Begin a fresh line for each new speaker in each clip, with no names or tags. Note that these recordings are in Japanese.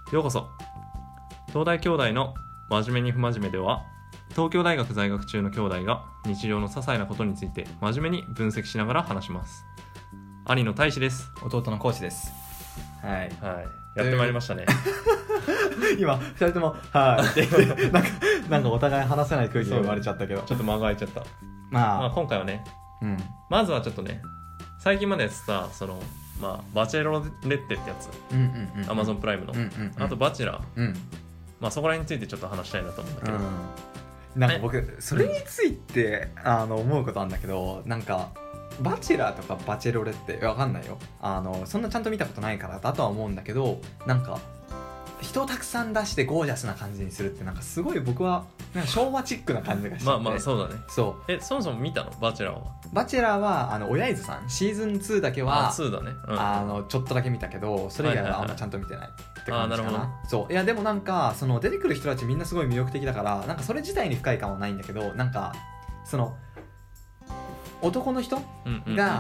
ようこそ。東大兄弟の真面目に不真面目では、東京大学在学中の兄弟が日常の些細なことについて真面目に分析しながら話します。兄の大志です。
弟のコーチです。はい、
やってまいりましたね。
今2人ともはいってなんかお互い話せない空気に言われちゃったけど、
ちょっと間が空いちゃった。まあ今回はね、まずはちょっとね、最近までやってたバチェロレッテってやつ、Amazon プライムの、あとバチェラー、そこら辺についてちょっと話したいなと思うんだけど、
なんか僕それについて思うことあるんだけど、なんかバチェラーとかバチェロレって分かんないよ、そんなちゃんと見たことないからだとは思うんだけど、なんか人をたくさん出してゴージャスな感じにするってなんかすごい僕はなんか昭和チックな感じがしてて
そうだね。
そう
そもそも見たのバチェラーは？
バチェラーは親伊豆さんシーズン2だけは
2だね、
ちょっとだけ見たけど、それ以外はあんまちゃんと見てないって感じかな。
なるほど。
そういやでもなんかその出てくる人たちみんなすごい魅力的だから、なんかそれ自体に不快感はないんだけど、なんかその男の人が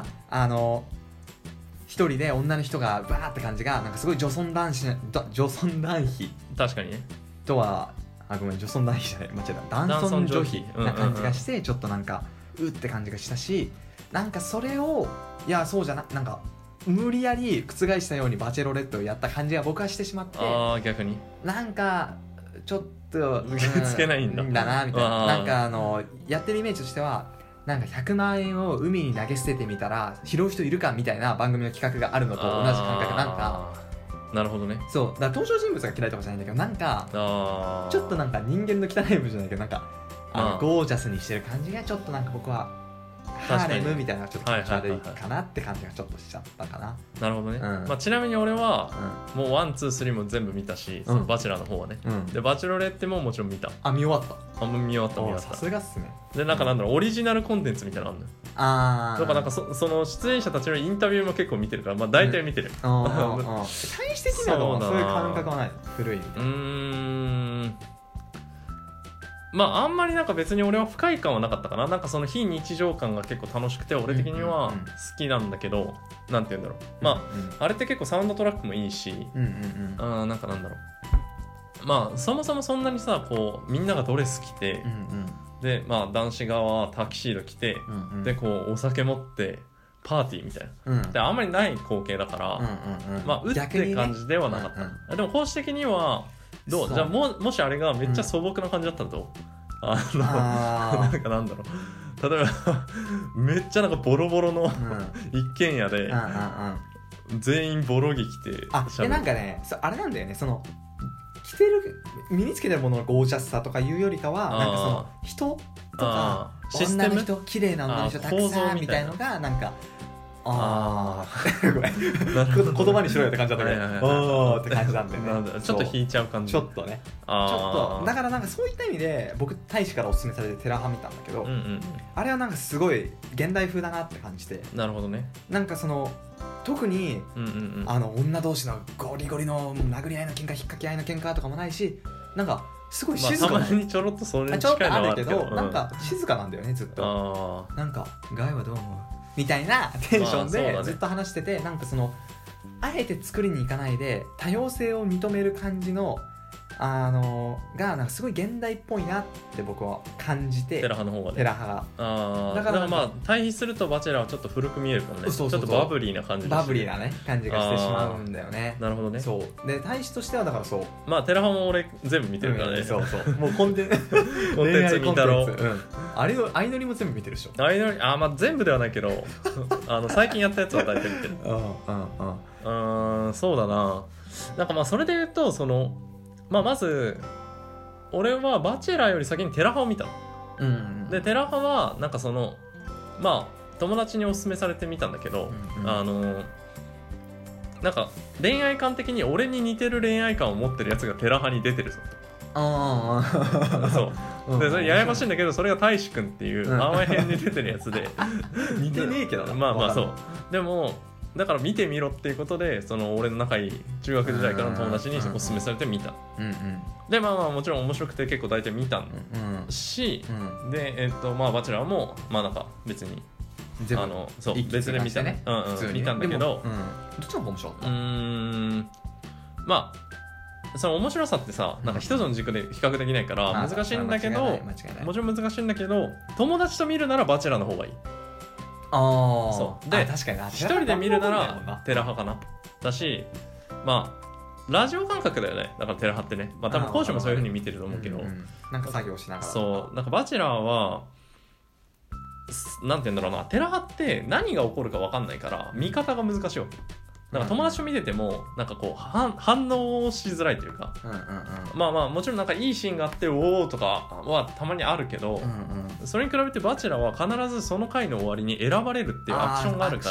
一人で女の人がバーって感じがなんかすごい女尊男卑
確かにね
とはごめん女尊男卑じゃない間違えた男尊女卑な感じがして、ちょっとなんかうって感じがしたし、なんかそれをいやそうじゃな、なんか無理やり覆したようにバチェロレッテをやった感じが僕はしてしまって、
逆に
なんかちょっと
受け付けないんだ
なみたいな、なんかやってるイメージとしてはなんか100万円を海に投げ捨ててみたら拾う人いるかみたいな番組の企画があるのと同じ感覚。なんか
なるほどね。
そうだから登場人物が嫌いとかじゃないんだけど、なんかちょっとなんか人間の汚い部分じゃないけど、なんかゴージャスにしてる感じがちょっとなんか僕はハーレムみたいなちょっと気持ち悪いかなって感じがちょっとしちゃったかな。
なるほどね、ちなみに俺はもう1、2、3も全部見たし、そのバチェラーの方はね、でバチェロレッテももちろん見た。
見終わった。
見終わった。
さすがっすね。
でなんかなんだろう、オリジナルコンテンツみたいなのあるのよ。だからなんかその出演者たちのインタビューも結構見てるから、大体見てる。
大して的なのはそういう感覚はない。古いみたいな。
あんまりなんか別に俺は不快感はなかったかな。なんかその非日常感が結構楽しくて俺的には好きなんだけど、なんて言うんだろう、あれって結構サウンドトラックもいいし、なんかなんだろう、そもそもそんなにさこうみんながドレス着て、で男子側はタキシード着て、でこうお酒持ってパーティーみたいな、であんまりない光景だから、うって感じではなかった。でも講師的にはどう？じゃあもしあれがめっちゃ素朴な感じだったらどう？なんかなんだろう、例えばめっちゃなんかボロボロの一軒家で全員ボロ着着て
なんかね、あれなんだよね、その着てる身につけてるもののゴージャスさとかいうよりかは、なんかその人とか女の人、綺麗な女の人たくさんみたいのがなんかごめん言葉にしろよって感じだったけど、って感じなんでね、
ちょっと引いちゃう感じ。
ちょっとね、ちょっとだからなんかそういった意味で僕大使からおすすめされてテラハ見たんだけど、あれはなんかすごい現代風だなって感じて。
なるほどね。
なんかその特に女同士のゴリゴリの殴り合いの喧嘩引っかき合いの喧嘩とかもないし、なんかすごい静かな、
たまにちょろっとそれに近いのはあるけど、
なんか静かなんだよねずっと。なんかガイはどう思うみたいなテンションでずっと話してて、なんかそのあえて作りに行かないで多様性を認める感じのがなんかすごい現代っぽいなって僕は感じて。
テラハの方がね。
テラハがだから
対比するとバチェラーはちょっと古く見えるかもね。ちょっとバブリーな感じ
バブリーなね感じがしてしまうんだよね。
なるほどね。
そうで対比としてはだからそう
テラハも俺全部見てるからね。
そうもうコンテンツ見たろ。相乗りも全部見てるでしょ。
相乗り全部ではないけど最近やったやつは大体見てる。そうだな。なんかそれで言うとそのまず俺はバチェラーより先にテラハを見たの、でテラハはなんかその友達におすすめされてみたんだけど、なんか恋愛観的に俺に似てる恋愛観を持ってるやつがテラハに出てるぞそうでそれややこしいんだけど、それが大志くんっていう甘い編に出てるやつで
似てねえけどな。
そうでもだから見てみろっていうことで、その俺の仲いい中学時代からの友達におすすめされて見た。でもちろん面白くて結構大体見たし、でバチェラーもなんか別にそう別で見たね、見たんだけど、
どっちの方が面白かった？
その面白さってさなんか一つの軸で比較できないから難しいんだけど、もちろん難しいんだけど友達と見るならバチェラーの方がいい。そうで
確かに
一人で見るならテラハかなだし、まあラジオ感覚だよね。だからテラハってね、まあ多分講師もそういう風に見てると思うけど、
なんか作業しながら
そうなんかバチェラーはなんて言うんだろうな、テラハって何が起こるか分かんないから見方が難しいわけ。なんか友達と見ててもなんかこう反応しづらいというか、まあまあもちろんなんかいいシーンがあっておおとかはたまにあるけど、それに比べてバチェラーは必ずその回の終わりに選ばれるっていうアクションがあるから、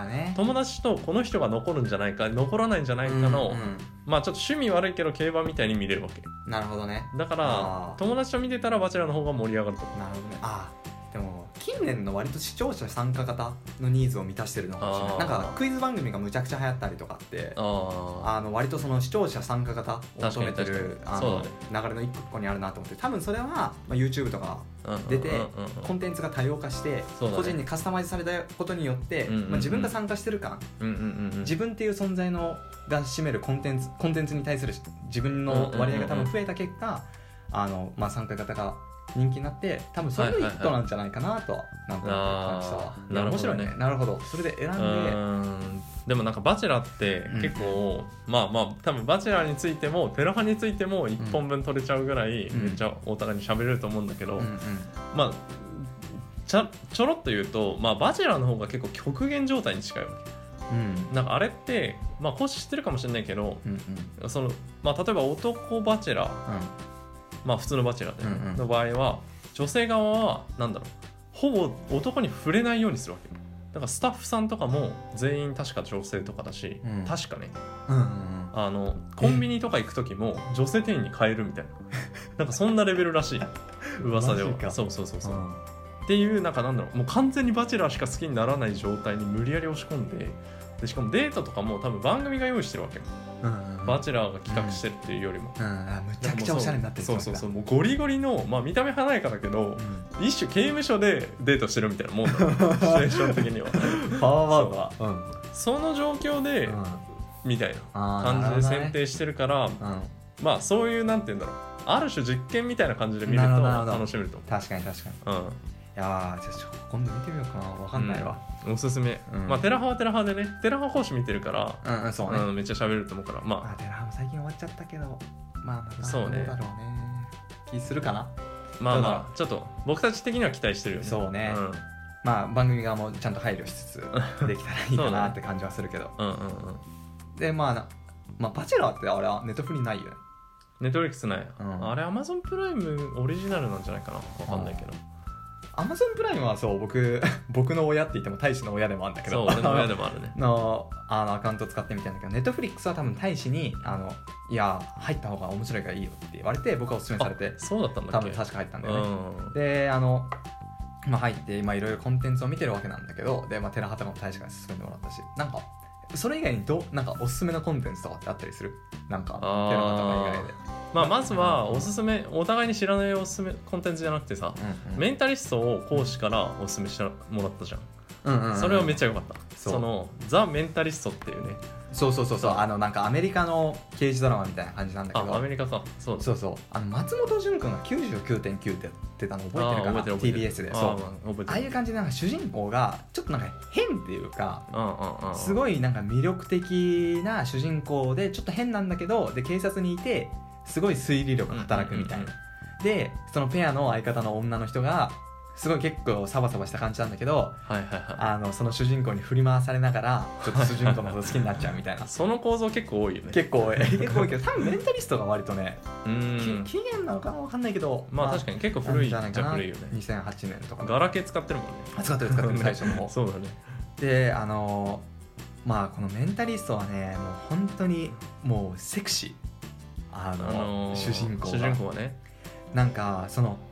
友達とこの人が残るんじゃないか残らないんじゃないかの、まあちょっと趣味悪いけど競馬みたいに見れるわけ。
なるほどね。
だから友達と見てたらバチェラーの方が盛り上がると。
なるほどね。でも近年の割と視聴者参加型のニーズを満たしてるのかもしれない。なんかクイズ番組がむちゃくちゃ流行ったりとかって割とその視聴者参加型を求めてる流れの一個にあるなと思って、多分それは、まあ、YouTube とか出てコンテンツが多様化して個人にカスタマイズされたことによってまあ自分が参加してる感、自分っていう存在のが占めるコンテンツに対する自分の割合が多分増えた結果まあ参加型が人気になって多分それの一個なんじゃないかなとはなんとなく感じたわ。面白いね。なるほど。それで選んで
でもなんかバチェラーって結構、まあまあ多分バチェラーについてもテラハについても1本分取れちゃうぐらいめっちゃお互いに喋れると思うんだけど、まあちょろっと言うと、まあ、バチェラーの方が結構極限状態に近いわけ。なんかあれってまあ講師知ってるかもしれないけど、そのまあ例えば男バチェラー、まあ普通のバチェラーの場合は女性側はなんだろう、ほぼ男に触れないようにするわけ。だからスタッフさんとかも全員確か女性とかだし、確かね、コンビニとか行く時も女性店員に変えるみたいななんかそんなレベルらしい噂では。そうっていうなんかなんだろう、もう完全にバチェラーしか好きにならない状態に無理やり押し込んで、しかもデートとかも多分番組が用意してるわけよ。バチェラーが企画してるっていうよりも、
むちゃくちゃおしゃれになってる。
そうもうゴリゴリの、まあ見た目華やかだけど、一種刑務所でデートしてるみたいなもんだシチュエーション的には
パワーワードは
その状況で、みたいな感じで選定してるから、まあそういうなんていうんだろう、ある種実験みたいな感じで見ると楽しめると思う。
確かにいやじゃあ今度見てみようかな。分かんないわ。
おすすめ。まあテラハはテラハでね、テラハ講師見てるから
そうね、
めっちゃ喋れると思うから、まあ
テラハも最近終わっちゃったけど、まあ
そうね、
どうだろうね、気するかな。
まあちょっと僕たち的には期待してるよね。
そうね、まあ番組側もちゃんと配慮しつつできたらいいかなって感じはするけどでまあバチェラーってあれはネットフリないよね。
ネットフリックスない、あれアマゾンプライムオリジナルなんじゃないかな、分かんないけど。
アマゾンプライムはそう僕の親って言っても大使の親でもあるんだけど、
そう俺の親でもあるね
アカウント使ってみたんだけど、ネットフリックスは多分大使にいや入った方が面白いからいいよって言われて僕はおすすめされて、
そうだったんだっけ。
多分確か入ったんだよね。でまあ入っていろいろコンテンツを見てるわけなんだけど、でテラハとかも大使から勧めてもらったし、なんかそれ以外になんかおすすめのコンテンツとかってあったりする？なんかテラハとか以外で。
まずはおすすめ、お互いに知らないおすすめコンテンツじゃなくてさ、メンタリストを講師からおすすめしてもらったじゃん。それはめっちゃ良かった。そのザ・メンタリストっていうね。
そうなんかアメリカの刑事ドラマみたいな感じなんだけど。
アメリカか。そう
松本潤君が 99.9 ってやってたの覚えてるかな。TBS で。ああいう感じでなんか主人公がちょっとなんか変っていうか、すごいなんか魅力的な主人公でちょっと変なんだけど、で警察にいてすごい推理力が働くみたいな。でそのペアの相方の女の人がすごい結構サバサバした感じなんだけど、その主人公に振り回されながらちょっと主人公のこと好きになっちゃうみたいな
その構造結構多いよね。
結構多いけど多分メンタリストが割とね期限なのかな分かんないけど、
まあ確かに結構古いじゃ古いよね。
2008年とか
ガラケー使ってるもんね。
使ってる最初の方
そうだね。
でまあこのメンタリストはねもう本当にもうセクシー主人公
はね、
なんかその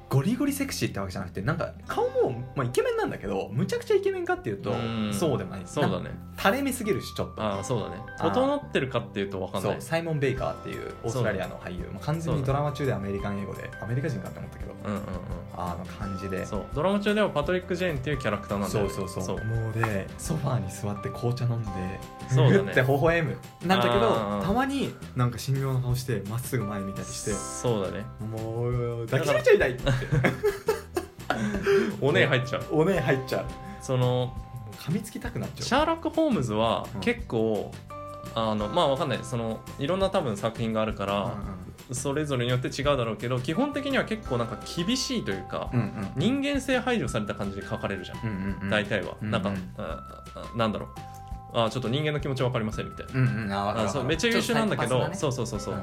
ゴリゴリセクシーってわけじゃなくて、なんか顔も、まあ、イケメンなんだけど、むちゃくちゃイケメンかっていうとそうでもない。
そうだね、
垂れ目すぎるしちょっと。
ああそうだね、整ってるかっていうと分かんない。
そう、サイモン・ベイカーっていうオーストラリアの俳優、まあ、完全にドラマ中でアメリカン英語でアメリカ人かって思ったけど、感じで、
そうドラマ中ではパトリック・ジェーンっていうキャラクターなんだよね。
そうもうでソファーに座って紅茶飲んで
そうだね
って微笑むなんだけど、たまになんか神妙な顔してまっすぐ前見たりして、
そうだね、
もう抱きしめちゃいたいって
おねえ入っちゃう、
おねえ入っちゃう、
その
噛みつきたくなっちゃう。
シャーロック・ホームズは結構、まあわかんない、そのいろんな多分作品があるから、それぞれによって違うだろうけど、基本的には結構なんか厳しいというか、人間性排除された感じで書かれるじゃん、大体は、なんか、なんだろう、ちょっと人間の気持ち分かりませんみたいな、そうめっちゃ優秀なんだけど、そう、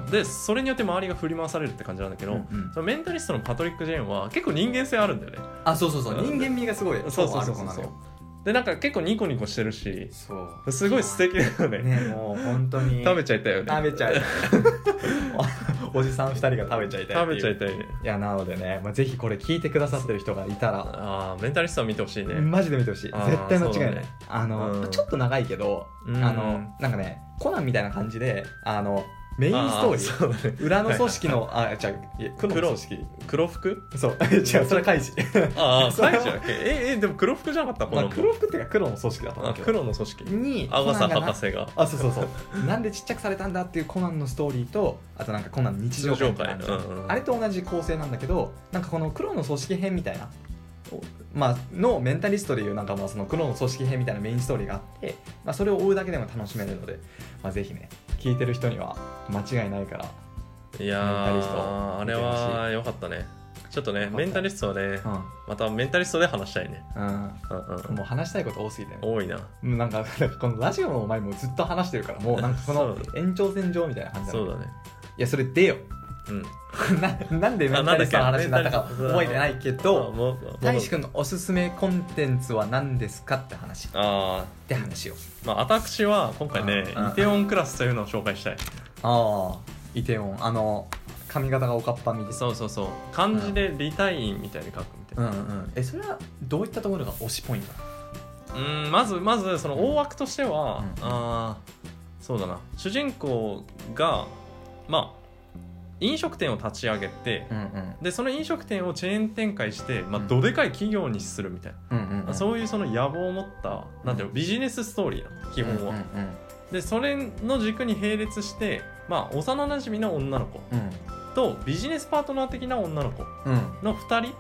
でそれによって周りが振り回されるって感じなんだけど、そのメンタリストのパトリック・ジェーンは結構人間性あるんだよね。
そう人間味がすごい、
そうでなんか結構ニコニコしてるし、すごい素敵だよね。
もう本当に
食べちゃいたいよね。
食べちゃいおじさん2人が食べちゃいたい。
食べちゃいたいね。
いやなのでね、ぜひこれ聞いてくださってる人がいたら、
メンタリストは見てほしいね。
マジで見てほしい。絶対間違いない。ちょっと長いけど、なんかねコナンみたいな感じでメインストーリー、裏の組織の黒の組織、
黒服？
そう違う、それはカイジ。
カイジだっけ？でも黒服じゃなかった？
黒服っていうか黒の組織だったんだけど、
黒の組織に
ア
ガサ博士が
そうなんでちっちゃくされたんだっていうコナンのストーリーと、あとなんかコナンの日常会、あれと同じ構成なんだけど、なんかこの黒の組織編みたいなのメンタリストでいうなんかその黒の組織編みたいなメインストーリーがあって、それを追うだけでも楽しめるので、ぜひね聞いてる人には間違いないから。
いやーあれは良かったね。ちょっとねメンタリストはね、またメンタリストで話したいね。
もう話したいこと多すぎてね。
多いな。
なんかこのラジオの前もずっと話してるから、もうなんかこの延長線上みたいな感じだね。
そうだね。
いやそれでよ、なんでメンタリストの話になったか覚えてないけど、大志くんのおすすめコンテンツは何ですかって話って話を。
私は今回ねイテオンクラスというのを紹介したい。
イテオン、髪型がおかっぱみたいな。
そう漢字でリタインみたいに書くみたいな。
それはどういったところが推しポイント？
まずその大枠としては、そうだな、主人公が飲食店を立ち上げて、でその飲食店をチェーン展開して、どでかい企業にするみたいな、そういうその野望を持ったなんていうの、ビジネスストーリーなの基本は。でそれの軸に並列して、幼なじみの女の子とビジネスパートナー的な女の子の2人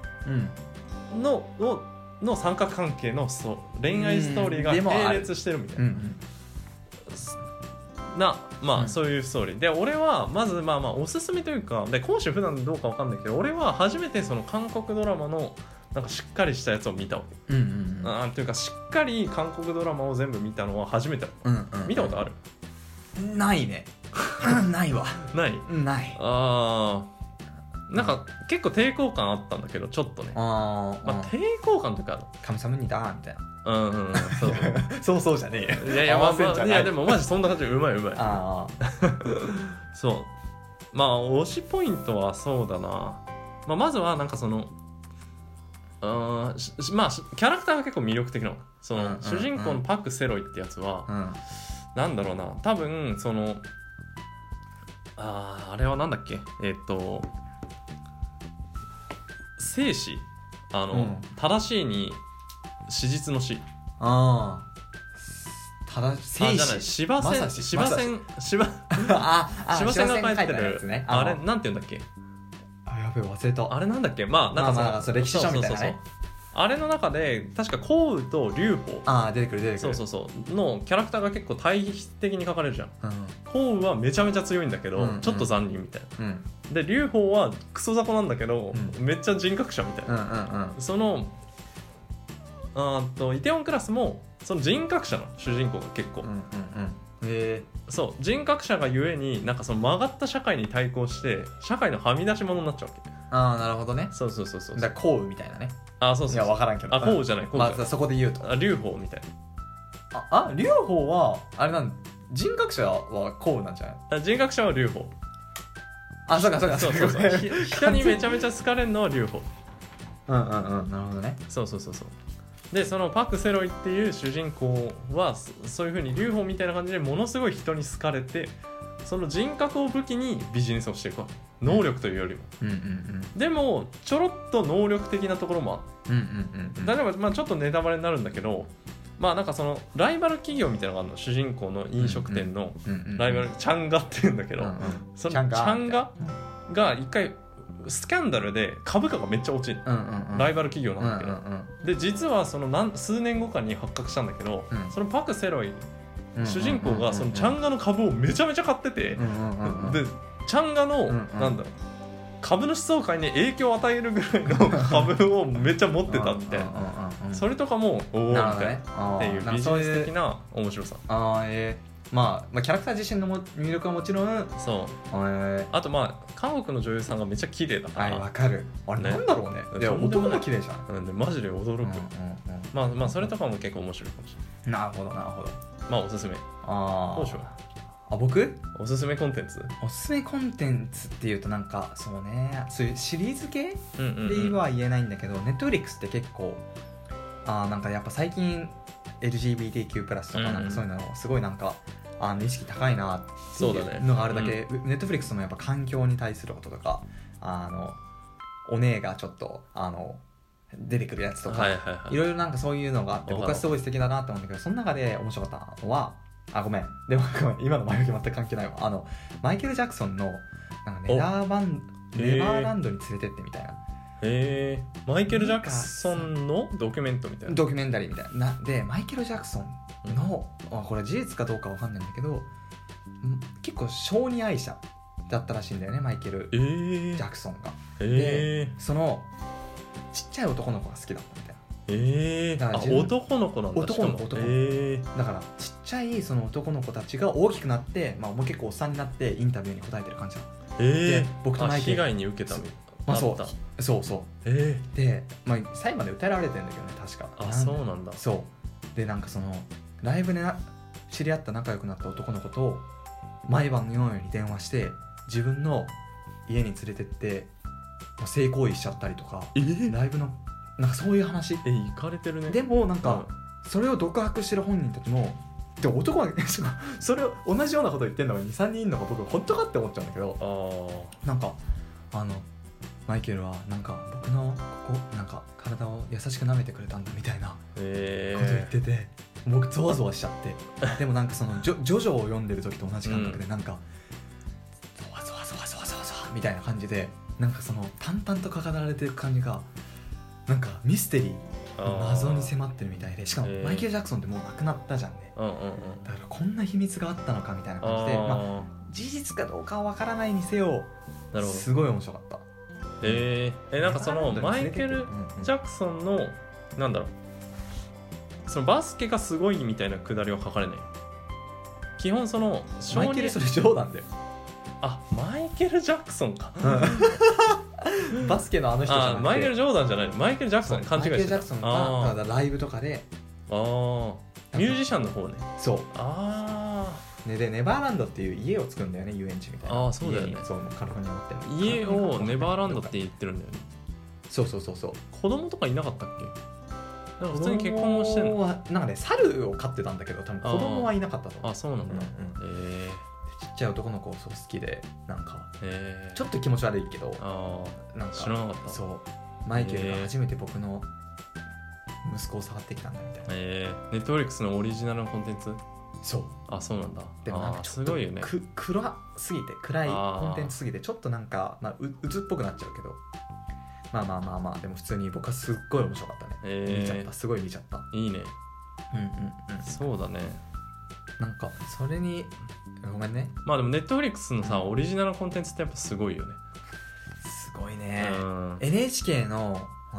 の三角関係の恋愛ストーリーが並列してるみたいな。そういうストーリーで、俺はまずおすすめというかで、講師普段どうか分かんないけど、俺は初めてその韓国ドラマのなんかしっかりしたやつを見たわけ。というかしっかり韓国ドラマを全部見たのは初めてだ。見たことある？
ないね。ないわ。
ない？
ない。
なんか結構抵抗感あったんだけど、ちょっとね。抵抗感というか、
神様にだみたいな。そうじゃね
えよ。いやでもマジそんな感じでうまい。そう。推しポイントはそうだな。まずはなんかそのキャラクターが結構魅力的なの。その主人公のパク・セロイってやつは、なんだろうな、多分そのあれはなんだっけ、正史、正しいに史実の史。正史芝線が書いてるあれなんて言うんだっけ。
やべえ忘れた。
あれなんだっけ。なんかその
歴史書みたいなね。
あれの中で確か項羽と劉邦
出てくる
そうのキャラクターが結構対比的に書かれるじゃん。項羽はめちゃめちゃ強いんだけど、ちょっと残忍みたいな。で劉邦はクソ雑魚なんだけど、めっちゃ人格者みたいな。そのイテウォンクラスもその人格者の主人公が結構、そう人格者がゆえになんかその曲がった社会に対抗して社会のはみ出し者になっちゃうわけ。
なるほどね。
そう
だから項羽みたいなね。
そう
いや分からんけど。
項羽じゃない。
そこで言うと
劉邦みたい
な。劉邦はあれなん人格者は項羽なんじゃない？
人格者は劉邦。
そうか
人にめちゃめちゃ好かれるのは劉邦。
うんうんうん、なるほどね。
そうでそのパク・セロイっていう主人公はそういう風に劉邦みたいな感じでものすごい人に好かれて、その人格を武器にビジネスをしていくわけ。能力というよりも、
うんうんうん、
でもちょろっと能力的なところもある、
うんうんうん、
例えば、まあ、ちょっとネタバレになるんだけど、まあなんかそのライバル企業みたいなのがあるの、主人公の飲食店のライバル、チャンガっていうんだけど、そのチャンガが一回スキャンダルで株価がめっちゃ落ちる、ライバル企業なんだけど、で実はその数年後かに発覚したんだけど、そのパク・セロイ主人公がそのチャンガの株をめちゃめちゃ買ってて、でチャンガのなんだろう、株主総会に影響を与えるぐらいの株をめっちゃ持ってたみたいな、それとかもおおみたいなっていうビジネス的な面白さ。
まあキャラクター自身の魅力はもちろん、
そう、あとまあ韓国の女優さんがめっちゃ綺麗だから、
わかる、あれなんだろうね、いや男も綺麗じゃん、
マジで驚く、まあそれとかも結構面白いかもしれない。
なるほどなるほど、
まあおすすめ。どうしよう、
僕
おすすめコンテンツ、
おすすめコンテンツっていうとなんかそうね、そういうシリーズ系では言えないんだけど、Netflix って結構なんかやっぱ最近 LGBTQ+ とかなんかそういうのすごいなんか意識高いなっていうのがあるだけ、Netflix のやっぱ環境に対することとか、お姉がちょっと出てくるやつとか、いろいろなんかそういうのがあって、僕はすごい素敵だなと思うんだけど、その中で面白かったのはごめん今の前置き全く関係ないわ。マイケル・ジャクソンのなんかネバーランドに連れてってみたいな、
マイケル・ジャクソンのドキュメントみたいな、
ドキュメンタリーみたいなで、マイケル・ジャクソンの、これ事実かどうかわかんないんだけど、結構小児愛者だったらしいんだよね、マイケル・ジャクソンが。でそのちっちゃい男の子が好きだったみたいな。
男の子なんだ。
男の子、だからちっちゃいその男の子たちが大きくなって、もう結構おっさんになってインタビューに答えてる感じなの。で僕とマイケル
被害に受けたの。
そうで、裁判で訴えられてるんだけどね、確か。
そうなんだ。
そうで、なんかそのライブで知り合った仲良くなった男の子と毎晩のように電話して自分の家に連れてって性行為しちゃったりとか、ライブのなんかそういう話。
行かれてるね。
でもなんかそれを独白してる本人たちも、で男はそれを同じようなこと言ってんのが 2,3 人いるのが僕本当かって思っちゃうんだけど、なんかマイケルはなんか僕のここなんか体を優しく舐めてくれたんだみたいなこと言ってて、僕ゾワゾワしちゃってでもなんかそのジョジョを読んでる時と同じ感覚で、なんかゾワゾワみたいな感じで、なんかその淡々と語られてる感じがなんかミステリー謎に迫ってるみたいで、しかもマイケル・ジャクソンってもう亡くなったじゃんね、だからこんな秘密があったのかみたいな感じで、事実かどうかは分からないにせよすごい面白かった。
なんかそのマイケル・ジャクソンのなんだろう、そのバスケがすごいみたいなくだりは書かれない。基本その
マイケルそれ冗談だよ。
マイケル・ジャクソンか
バスケの人じゃなくて
マイケル・ジョーダンじゃない、マイケル・ジャクソン勘違いしてた。
マイケル・ジャクソンがライブとかで
ミュージシャンの方ね。
そうでネバーランドっていう家を作るんだよね、遊園地みたいな。
そうだよね。
そうカリフォルニア持って
る家をネバーランドって言ってるんだよね。
そう
子供とかいなかったっけ？なんか普通に結婚もしてんの？
なんかね、猿を飼ってたんだけど多分子供はいなかったと思う。
そうなんだ。
ちっちゃい男の子を好きで、なんかちょっと気持ち悪いけど、なんか
知らなかった。
そうマイケルが初めて僕の息子を触ってきたんだみたいな。
ネットフリックスのオリジナルのコンテンツ。
そう
そうなんだ。
でもなんかちょっと暗すぎて、暗いコンテンツすぎてちょっとなんか鬱っぽくなっちゃうけど、まあでも普通に僕はすっごい面白かったね。見ちゃった、すごい見ちゃった。
いいね。そうだね。
なんかそれにごめんね。
でもネットフリックスのさオリジナルコンテンツってやっぱすごいよね。
すごいね。NHK の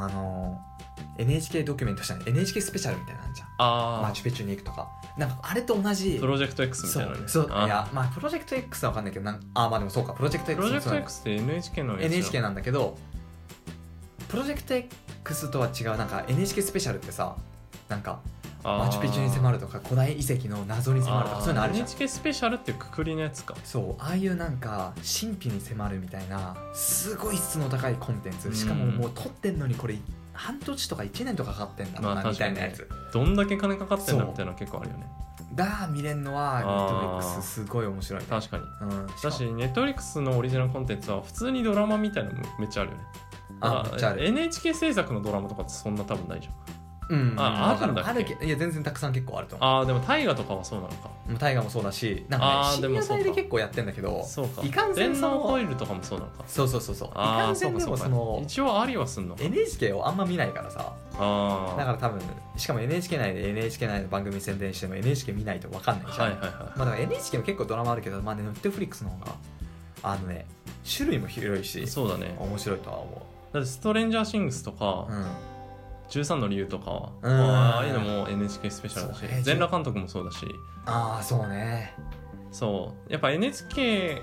NHK ドキュメントしたね、NHK スペシャルみたいなのあんじゃん。マチュピチュに行くとか、なんかあれと同じ
プロジェクト X みたいなね。
そういやプロジェクト X は分かんないけど、でもそうか、プロジェクト
X って NHK のやつ。
NHK なんだけど、プロジェクト X とは違う、なんか NHK スペシャルってさ、なんかマチュピチュに迫るとか古代遺跡の謎に迫るとかそういうのあるじゃん。
NHK スペシャルっていうくくりのやつか。
そうああいうなんか神秘に迫るみたいなすごい質の高いコンテンツ、しかももう撮ってんのにこれ半年とか1年とかかかってんだろうな、みたいなやつ、
どんだけ金かかってんだみたいなの結構あるよね。
が見れんのはネットフリックスすごい面白い、ね、
確かに、だし
し
ネットフリックスのオリジナルコンテンツは普通にドラマみたいなのめっちゃあるよね。
めっちゃある。
NHK 制作のドラマとかってそんな多分ないじゃん。
あ
るんだっけ。
あるけどいや全然たくさん結構あると思う。
でも大河とかはそうなのか。
大河もそうだし、なんかね深夜帯で結構やってんだけど、
そうか、
いかんせん
電脳コイルとかもそうなのか。
そういかんせんでもその
一応ありはすんのか。
NHK をあんま見ないからさ、だから多分しかも NHK 内で NHK 内の番組宣伝しても NHK 見ないと分かんないじゃん、まあだから NHK も結構ドラマあるけど、まあね、ネットフリックスの方が種類も広いし、
そうだね、
面白いとは思
う。だってストレンジャーシングスとか、13の理由とか、ああいうのも NHK スペシャルだし、全裸監督もそうだし。
そうね。
そうやっぱ NHK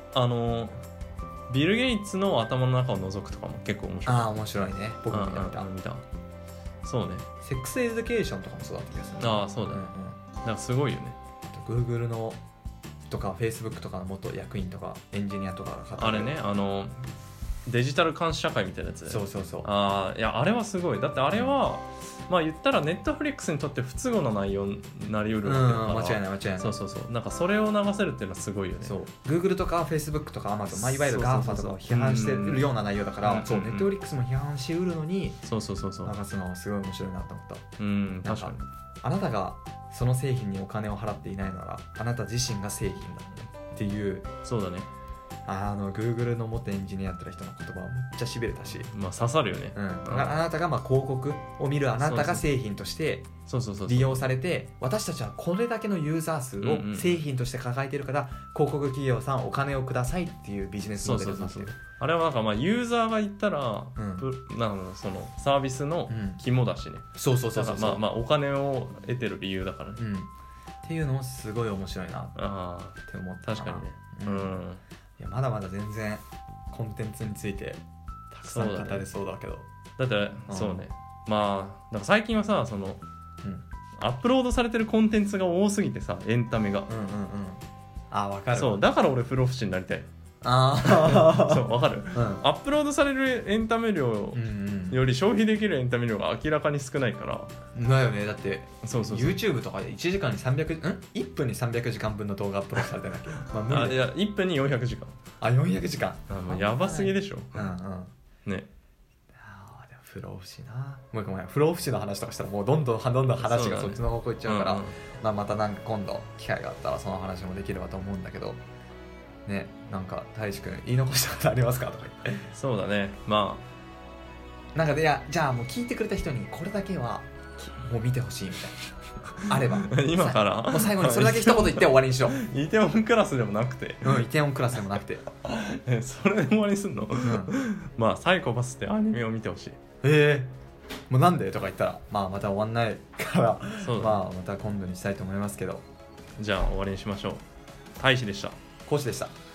ビル・ゲイツの頭の中を覗くとかも結構面白い。
面白いね。僕も見た。
そうね。
セックスエデュケーションとかもそうだった気がする。
そうだね。だからすごいよね。
Google のとか Facebook とかの元役員とかエンジニアとかが
あれね、デジタル監視社会みたいなやつ。
そう
いやあれはすごい。だってあれは、まあ言ったらネットフリックスにとって不都合な内容になりうるわけだから、
間違いない
そうなんかそれを流せるっていうのはすごいよね。
Google とか Facebook とか Amazon、いわゆる GAFA とかを批判してるような内容だから、ネットフリックスも批判しうるのに流すのはすごい面白いなと思った。
確かに。
あなたがその製品にお金を払っていないならあなた自身が製品だっていう。
そうだね。
Google の元エンジニアやってる人の言葉はめっちゃしびれたし、
刺さるよね。
あなたが広告を見るあなたが製品として利用されて、私たちはこれだけのユーザー数を製品として抱えているから、広告企業さんお金をくださいっていうビジネスモデルになってる。
あれはなんかユーザーが言ったら、なんかそのサービスの肝だしね。お金を得てる理由だからね。
っていうのもすごい面白いなって思った。
確かにね。
いやまだまだ全然コンテンツについてたくさん語れそうだけど、
だってそうね、まあなんか最近はさ、アップロードされてるコンテンツが多すぎてさ、エンタメが
分かる。
そうだから俺不老不死になりたい。そう分かる、アップロードされるエンタメ量より消費できるエンタメ量が明らかに少ないから
だよね。だってYouTube とかで1時間に1分に300時間分の動画アップロードされてるんだっけ。
いや1分に400時間。
400時間。
もうやばすぎでしょ。ね。
不老不死な。もうごめん、不老不死の話とかしたらもうどんどん話がそっちの方向行っちゃうから、またなんか今度機会があったらその話もできればと思うんだけどね。なんか大志くん言い残したことありますかとか言って。
そうだね。ま
あなんかじゃあもう聞いてくれた人にこれだけはもう見てほしいみたいなあれば
今から
もう最後にそれだけ一言言って終わりにしよう。
イテウォンクラスでもなくて。
イテウォンクラスでもなくて
それで終わりにすんの。まあサイコパスってアニメを見てほしい。
もうなんでとか言ったらまた終わんないからまた今度にしたいと思いますけど、
じゃあ終わりにしましょう。大志でした。
講師でした。